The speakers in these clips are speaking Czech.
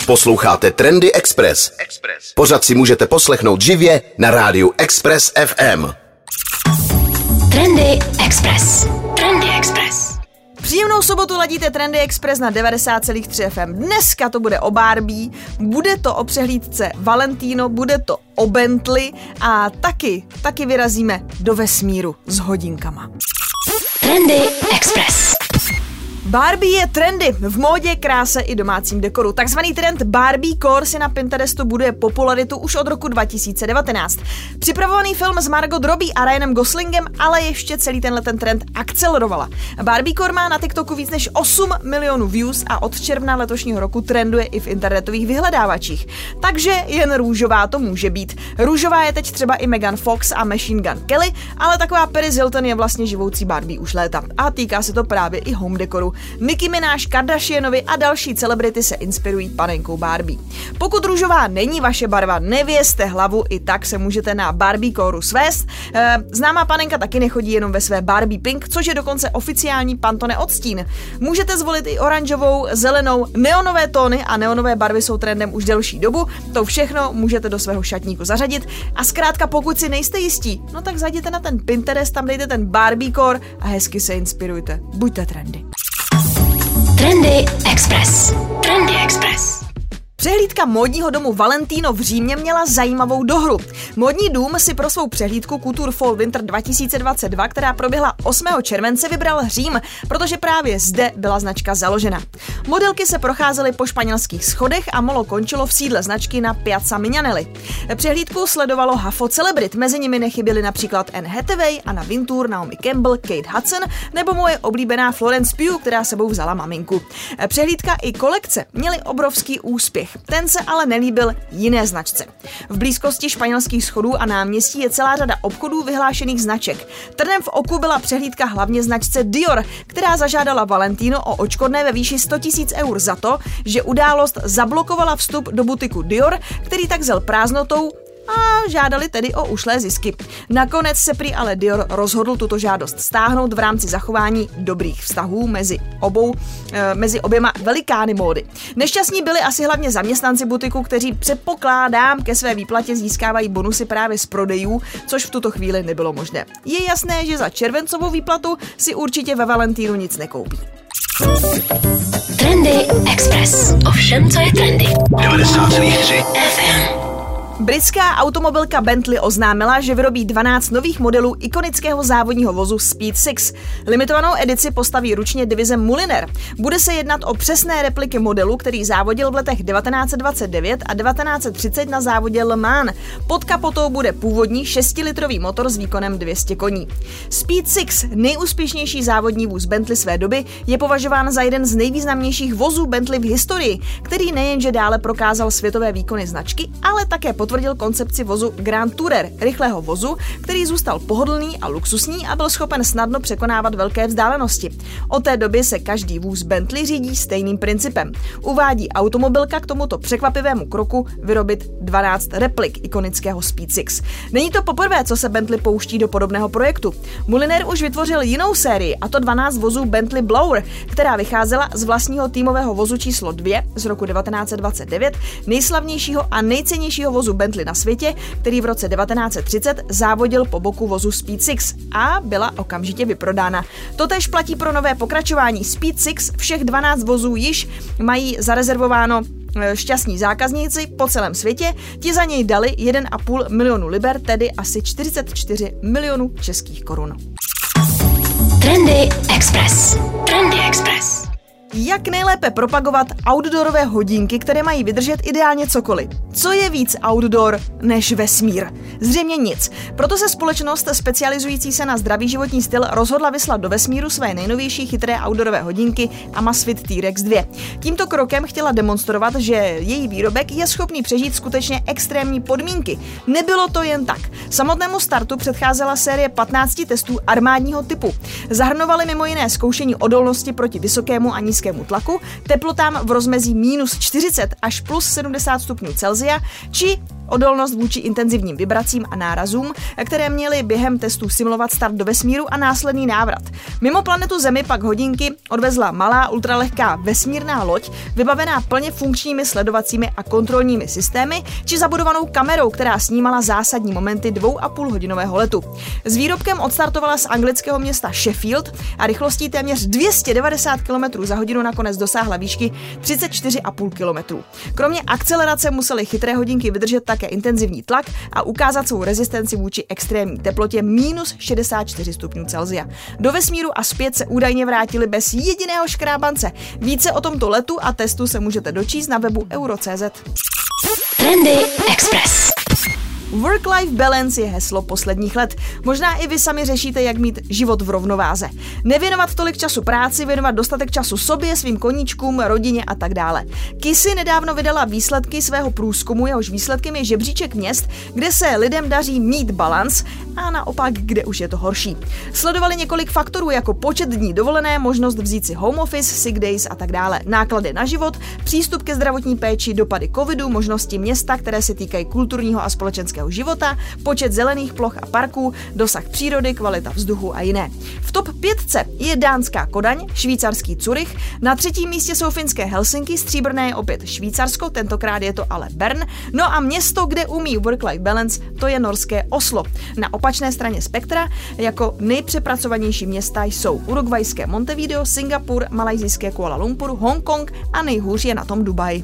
Posloucháte Trendy Express. Pořad si můžete poslechnout živě na rádiu Express FM. Trendy Express. Trendy Express. Příjemnou sobotu ladíte Trendy Express na 90,3 FM. Dneska to bude o Barbie, bude to o přehlídce Valentino, bude to o Bentley a taky vyrazíme do vesmíru s hodinkama. Trendy Express. Barbie je trendy v módě, kráse i domácím dekoru. Takzvaný trend Barbie core si na Pinterestu buduje popularitu už od roku 2019. Připravovaný film s Margot Robbie a Ryanem Goslingem ale ještě celý ten trend akcelerovala. Barbie core má na TikToku víc než 8 milionů views a od června letošního roku trenduje i v internetových vyhledávačích. Takže jen růžová to může být. Růžová je teď třeba i Megan Fox a Machine Gun Kelly, ale taková Paris Hilton je vlastně živoucí Barbie už léta. A týká se to právě i home dekoru. Nicki Minaj, Kardashianovi a další celebrity se inspirují panenkou Barbie. Pokud růžová není vaše barva, nevězte hlavu, i tak se můžete na Barbie kóru svést. Známá panenka taky nechodí jenom ve své Barbie Pink, což je dokonce oficiální Pantone odstín. Můžete zvolit i oranžovou, zelenou, neonové tóny a neonové barvy jsou trendem už delší dobu. To všechno můžete do svého šatníku zařadit a zkrátka pokud si nejste jistí, no tak zajděte na ten Pinterest, tam dejte ten Barbie core a hezky se inspirujte. Buďte trendy. Trendy Express. Trendy Express. Přehlídka módního domu Valentino v Římě měla zajímavou dohru. Módní dům si pro svou přehlídku Couture Fall Winter 2022, která proběhla 8. července, vybral Řím, protože právě zde byla značka založena. Modelky se procházely po španělských schodech a molo končilo v sídle značky na Piazza Mignanelli. Přehlídku sledovalo hafo celebrit, mezi nimi nechyběly například Anne Hathaway, Anna Wintour, Naomi Campbell, Kate Hudson nebo moje oblíbená Florence Pugh, která sebou vzala maminku. Přehlídka i kolekce měly obrovský úspěch. Ten se ale nelíbil jiné značce. V blízkosti španělských schodů a náměstí je celá řada obchodů vyhlášených značek. Trnem v oku byla přehlídka hlavně značce Dior, která zažádala Valentino o odškodné ve výši 100 000 eur za to, že událost zablokovala vstup do butiku Dior, který tak zel prázdnotou a žádali tedy o ušlé zisky. Nakonec se prý ale Dior rozhodl tuto žádost stáhnout v rámci zachování dobrých vztahů mezi oběma velikány módy. Nešťastní byli asi hlavně zaměstnanci butiku, kteří předpokládám ke své výplatě získávají bonusy právě z prodejů, což v tuto chvíli nebylo možné. Je jasné, že za červencovou výplatu si určitě ve Valentínu nic nekoupí. Trendy Express. Ovšem, co je trendy? 90,3 FM. Britská automobilka Bentley oznámila, že vyrobí 12 nových modelů ikonického závodního vozu Speed 6. Limitovanou edici postaví ručně divize Mulliner. Bude se jednat o přesné repliky modelu, který závodil v letech 1929 a 1930 na závodě Le Mans. Pod kapotou bude původní 6-litrový motor s výkonem 200 koní. Speed 6, nejúspěšnější závodní vůz Bentley své doby, je považován za jeden z nejvýznamnějších vozů Bentley v historii, který nejenže dále prokázal světové výkony značky, ale také potvrdil koncepci vozu Grand Tourer, rychlého vozu, který zůstal pohodlný a luxusní a byl schopen snadno překonávat velké vzdálenosti. Od té doby se každý vůz Bentley řídí stejným principem. Uvádí automobilka k tomuto překvapivému kroku vyrobit 12 replik ikonického Speed 6. Není to poprvé, co se Bentley pouští do podobného projektu. Mulliner už vytvořil jinou sérii, a to 12 vozů Bentley Blower, která vycházela z vlastního týmového vozu číslo 2 z roku 1929, nejslavnějšího a nejcennějšího vozu Bentley na světě, který v roce 1930 závodil po boku vozu Speed 6 a byla okamžitě vyprodána. Totéž platí pro nové pokračování Speed 6, všech 12 vozů již mají zarezervováno šťastní zákazníci po celém světě, ti za něj dali 1,5 milionu liber, tedy asi 44 milionů českých korun. Trendy Express. Trendy Express. Jak nejlépe propagovat outdoorové hodinky, které mají vydržet ideálně cokoliv? Co je víc outdoor než vesmír? Zřejmě nic. Proto se společnost specializující se na zdravý životní styl rozhodla vyslat do vesmíru své nejnovější chytré outdoorové hodinky Amazfit T-Rex 2. Tímto krokem chtěla demonstrovat, že její výrobek je schopný přežít skutečně extrémní podmínky. Nebylo to jen tak. Samotnému startu předcházela série 15 testů armádního typu. Zahrnovaly mimo jiné zkoušení odolnosti proti vysokému a nízkému nízkému tlaku, teplotám v rozmezí minus 40 až plus 70 stupňů Celsia, či odolnost vůči intenzivním vibracím a nárazům, které měly během testů simulovat start do vesmíru a následný návrat. Mimo planetu Zemi pak hodinky odvezla malá ultralehká vesmírná loď, vybavená plně funkčními sledovacími a kontrolními systémy, či zabudovanou kamerou, která snímala zásadní momenty 2,5hodinového letu. S výrobkem odstartovala z anglického města Sheffield a rychlostí téměř 290 km za hodinu nakonec dosáhla výšky 34,5 km. Kromě akcelerace musely chytré hodinky vydržet také intenzivní tlak a ukázat svou rezistenci vůči extrémní teplotě minus 64 stupňů Celsia. Do vesmíru a zpět se údajně vrátili bez jediného škrábance. Více o tomto letu a testu se můžete dočíst na webu Euro.cz. Trendy Express. Work-life balance je heslo posledních let. Možná i vy sami řešíte, jak mít život v rovnováze. Nevěnovat tolik času práci, věnovat dostatek času sobě, svým koníčkům, rodině a tak dále. Kisi nedávno vydala výsledky svého průzkumu, jehož výsledkem je žebříček měst, kde se lidem daří mít balans a naopak, kde už je to horší. Sledovali několik faktorů jako počet dní dovolené, možnost vzít si home office, sick days a tak dále, náklady na život, přístup ke zdravotní péči, dopady covidu, možnosti města, které se týkají kulturního a společenského života, počet zelených ploch a parků, dosah přírody, kvalita vzduchu a jiné. V top 5 je dánská Kodaň, švýcarský Curych, na 3. místě jsou finské Helsinki, stříbrné je opět Švýcarsko, tentokrát je to ale Bern, no a město, kde umí work-life balance, to je norské Oslo. Na opačné straně spektra jako nejpřepracovanější města jsou urugvajské Montevideo, Singapur, malajsijské Kuala Lumpur, Hongkong a nejhůř je na tom Dubaj.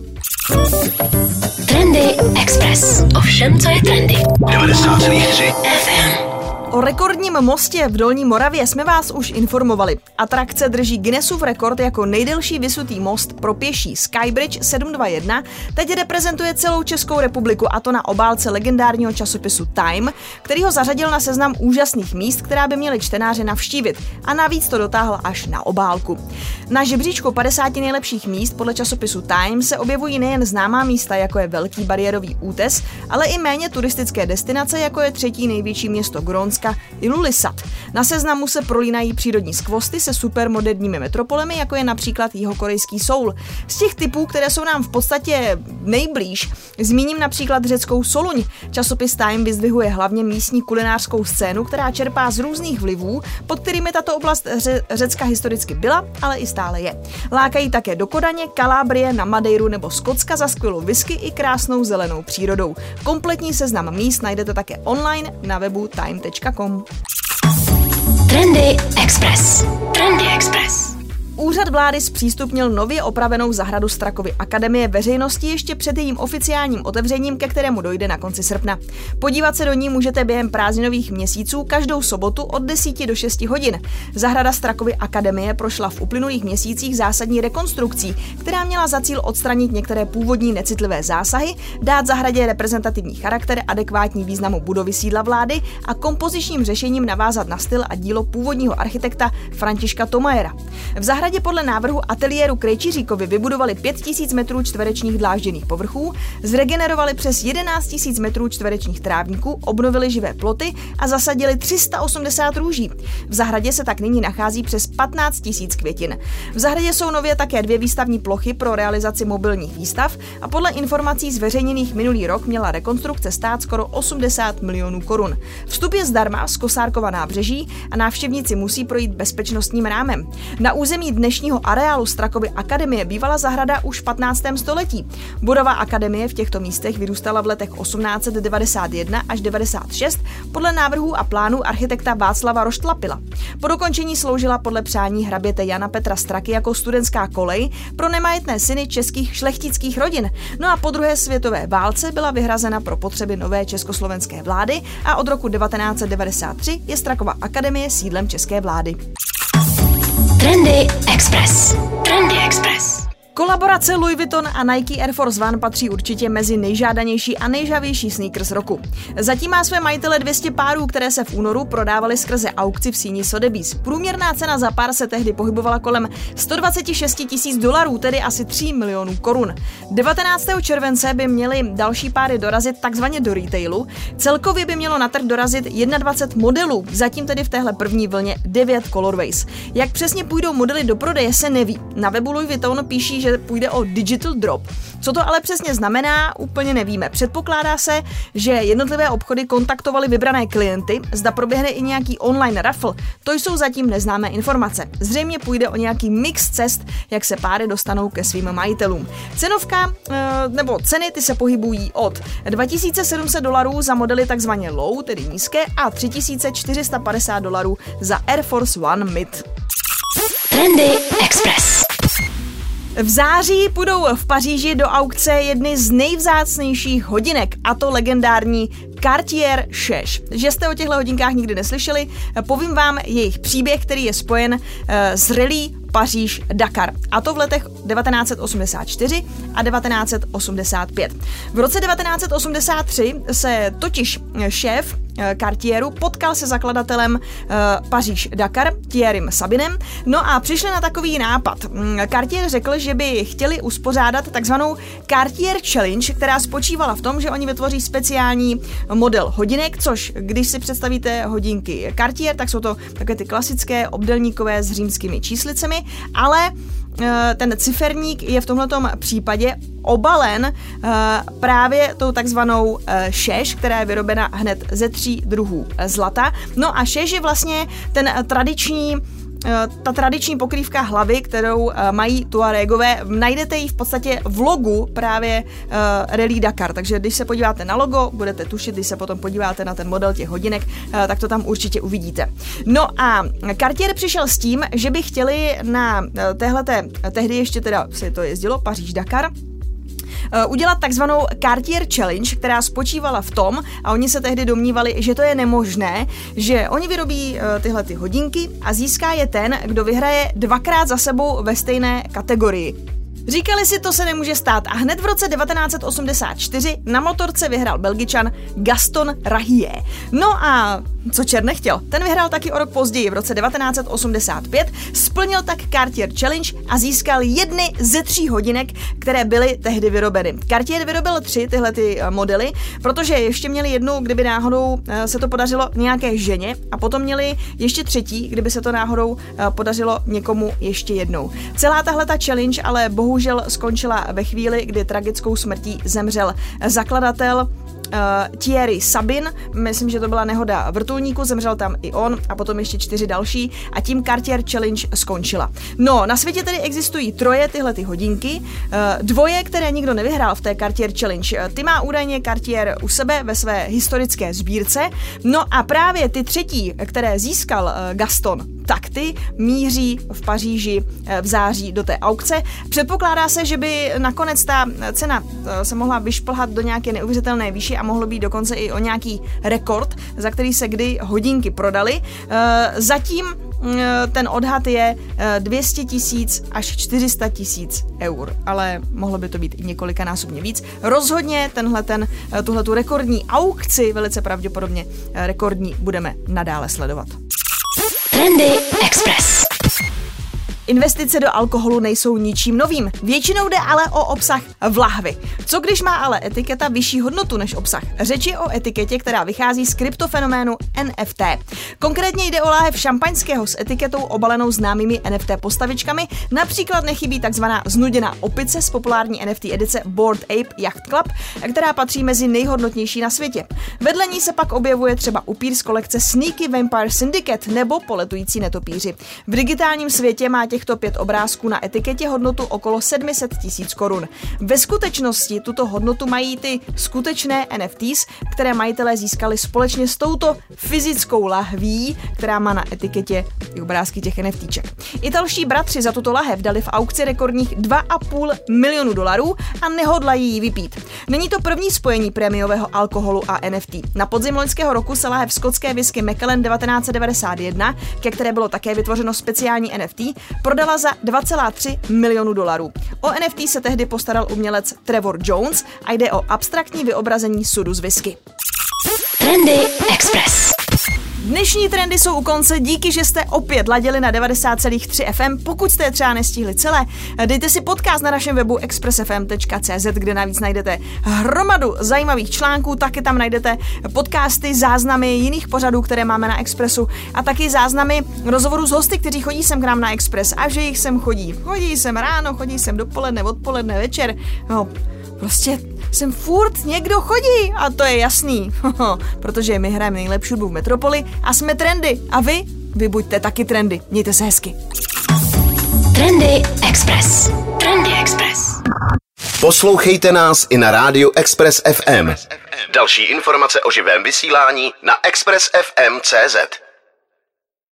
Trendy Express. Ovšem, co je trendy. 90,3 FM. O rekordním mostě v Dolní Moravě jsme vás už informovali. Atrakce drží Guinnessův rekord jako nejdelší visutý most pro pěší Skybridge 721, teď reprezentuje celou Českou republiku, a to na obálce legendárního časopisu Time, který ho zařadil na seznam úžasných míst, která by měli čtenáři navštívit, a navíc to dotáhl až na obálku. Na žebříčku 50 nejlepších míst podle časopisu Time se objevují nejen známá místa, jako je Velký bariérový útes, ale i méně turistické destinace, jako je 3. největší město Grónska Ilulissat. Na seznamu se prolínají přírodní skvosty se supermoderními metropolemi, jako je například jihokorejský Soul. Z těch typů, které jsou nám v podstatě nejblíž, zmíním například řeckou Soluň. Časopis Time vyzdvihuje hlavně místní kulinářskou scénu, která čerpá z různých vlivů, pod kterými tato oblast Řecka historicky byla, ale i stále je. Lákají také do Kodaně, Kalábrie, na Madeiru nebo Skotska za skvělou whisky i krásnou zelenou přírodou. Kompletní seznam míst najdete také online na webu time.com. Trendy Express. Trendy Express. Úřad vlády zpřístupnil nově opravenou zahradu Strakovy akademie veřejnosti ještě před jejím oficiálním otevřením, ke kterému dojde na konci srpna. Podívat se do ní můžete během prázdninových měsíců každou sobotu od 10 do 6 hodin. Zahrada Strakovy akademie prošla v uplynulých měsících zásadní rekonstrukcí, která měla za cíl odstranit některé původní necitlivé zásahy, dát zahradě reprezentativní charakter adekvátní významu budovy sídla vlády a kompozičním řešením navázat na styl a dílo původního architekta Františka Tomajera. V zahradě podle návrhu ateliéru Krejčiříkovi vybudovali 5000 metrů čtverečních dlážděných povrchů, zregenerovali přes 11 000 metrů čtverečních trávníků, obnovili živé ploty a zasadili 380 růží. V zahradě se tak nyní nachází přes 15 000 květin. V zahradě jsou nově také 2 výstavní plochy pro realizaci mobilních výstav a podle informací zveřejněných minulý rok měla rekonstrukce stát skoro 80 milionů korun. Vstup je zdarma z Kosárkova nábřeží a návštěvníci musí projít bezpečnostním rámem. Na území dnešního areálu Strakovy akademie bývala zahrada už v 15. století. Budova akademie v těchto místech vyrůstala v letech 1891 až 96 podle návrhů a plánů architekta Václava Roštlapila. Po dokončení sloužila podle přání hraběte Jana Petra Straky jako studentská kolej pro nemajetné syny českých šlechtických rodin. No a po druhé světové válce byla vyhrazena pro potřeby nové československé vlády a od roku 1993 je Strakova akademie sídlem české vlády. Trendy Express. Trendy Express. Kolaborace Louis Vuitton a Nike Air Force One patří určitě mezi nejžádanější a nejžavější sneakers roku. Zatím má své majitele 200 párů, které se v únoru prodávaly skrze aukci v síni Sotheby's. Průměrná cena za pár se tehdy pohybovala kolem $126 000, tedy asi 3 milionů korun. 19. července by měly další páry dorazit takzvaně do retailu. Celkově by mělo na trh dorazit 21 modelů, zatím tedy v téhle první vlně 9 colorways. Jak přesně půjdou modely do prodeje, se neví. Na webu Louis Vuitton píší, že půjde o digital drop. Co to ale přesně znamená, úplně nevíme. Předpokládá se, že jednotlivé obchody kontaktovaly vybrané klienty, zda proběhne i nějaký online raffle. To jsou zatím neznámé informace. Zřejmě půjde o nějaký mix cest, jak se páry dostanou ke svým majitelům. Cenovka, nebo ceny, ty se pohybují od $2700 za modely takzvaně low, tedy nízké, a $3450 za Air Force One Mid. Trendy Express. V září půjdou v Paříži do aukce jedny z nejvzácnějších hodinek, a to legendární Cartier 6. Že jste o těchto hodinkách nikdy neslyšeli, povím vám jejich příběh, který je spojen s rally Paříž-Dakar, a to v letech 1984 a 1985. V roce 1983 se totiž šéf Cartieru potkal se zakladatelem Paříž-Dakar, Thierrym Sabinem, no a přišli na takový nápad. Cartier řekl, že by chtěli uspořádat takzvanou Cartier Challenge, která spočívala v tom, že oni vytvoří speciální model hodinek, což když si představíte hodinky Cartier, tak jsou to takové ty klasické obdélníkové s římskými číslicemi, ale ten ciferník je v tomhletom případě obalen právě tou takzvanou šeš, která je vyrobena hned ze 3 druhů zlata. No a šeš je vlastně ta tradiční pokrývka hlavy, kterou mají Tuaregové. Najdete ji v podstatě v logu právě Rally Dakar, takže když se podíváte na logo, budete tušit, když se potom podíváte na ten model těch hodinek, tak to tam určitě uvidíte. No a Cartier přišel s tím, že by chtěli na tehdy ještě teda se to jezdilo, Paříž-Dakar, udělat takzvanou Cartier Challenge, která spočívala v tom, a oni se tehdy domnívali, že to je nemožné, že oni vyrobí tyhle ty hodinky a získá je ten, kdo vyhraje 2krát za sebou ve stejné kategorii. Říkali si, to se nemůže stát, a hned v roce 1984 na motorce vyhrál Belgičan Gaston Rahier. No a co čert nechtěl, ten vyhrál taky o rok později, v roce 1985, splnil tak Cartier Challenge a získal jedny ze 3 hodinek, které byly tehdy vyrobeny. Cartier vyrobil 3 tyhle ty modely, protože ještě měli jednu, kdyby náhodou se to podařilo nějaké ženě, a potom měli ještě 3, kdyby se to náhodou podařilo někomu ještě jednou. Celá tahleta challenge ale bohužel skončila ve chvíli, kdy tragickou smrtí zemřel zakladatel Thierry Sabin, myslím, že to byla nehoda vrtulníku, zemřel tam i on a potom ještě 4 další a tím Cartier Challenge skončila. No, na světě tedy existují 3 tyhle ty hodinky, 2, které nikdo nevyhrál v té Cartier Challenge. Ty má údajně Cartier u sebe ve své historické sbírce, no a právě ty 3, které získal Gaston, tak ty míří v Paříži v září do té aukce. Předpokládá se, že by nakonec ta cena se mohla vyšplhat do nějaké neuvěřitelné výše a mohlo být dokonce i o nějaký rekord, za který se kdy hodinky prodaly. Zatím ten odhad je 200 000 až 400 000 eur, ale mohlo by to být i několikanásobně víc. Rozhodně tuhletu rekordní aukci, velice pravděpodobně rekordní, budeme nadále sledovat. Trendy Express. Investice do alkoholu nejsou ničím novým. Většinou jde ale o obsah v lahvi. Co když má ale etiketa vyšší hodnotu než obsah? Řeč je o etiketě, která vychází z kryptofenoménu NFT. Konkrétně jde o láhev šampaňského s etiketou obalenou známými NFT postavičkami. Například nechybí takzvaná znuděná opice z populární NFT edice Bored Ape Yacht Club, která patří mezi nejhodnotnější na světě. Vedle ní se pak objevuje třeba upír z kolekce Sneaky Vampire Syndicate nebo poletující netopíři. V digitálním světě má těchto 5 obrázků na etiketě hodnotu okolo 700 000 korun. Ve skutečnosti tuto hodnotu mají ty skutečné NFTs, které majitelé získali společně s touto fyzickou lahví, která má na etiketě i obrázky těch NFTček. Italští bratři za tuto lahev dali v aukci rekordních $2,5 milionu a nehodlají ji vypít. Není to první spojení prémiového alkoholu a NFT. Na podzim loňského roku se lahev skotské whisky Macallan 1991, ke které bylo také vytvořeno speciální NFT, prodala za $2,3 milionu. O NFT se tehdy postaral umělec Trevor Jones a jde o abstraktní vyobrazení sudu z whisky. Trendy Express. Dnešní trendy jsou u konce, díky, že jste opět ladili na 90,3 FM. Pokud jste je třeba nestihli celé, dejte si podcast na našem webu expressfm.cz, kde navíc najdete hromadu zajímavých článků, taky tam najdete podcasty, záznamy jiných pořadů, které máme na Expressu a taky záznamy rozhovorů s hosty, kteří chodí sem k nám na Express a že jich sem chodí. Chodí sem ráno, chodí sem dopoledne, odpoledne, večer. No, prostě sem furt někdo chodí a to je jasný, protože my hrajeme nejlepší hudbu v metropoli a jsme trendy a vy buďte taky trendy. Mějte se hezky. Trendy Express. Trendy Express. Poslouchejte nás i na rádiu Express FM. Další informace o živém vysílání na expressfm.cz.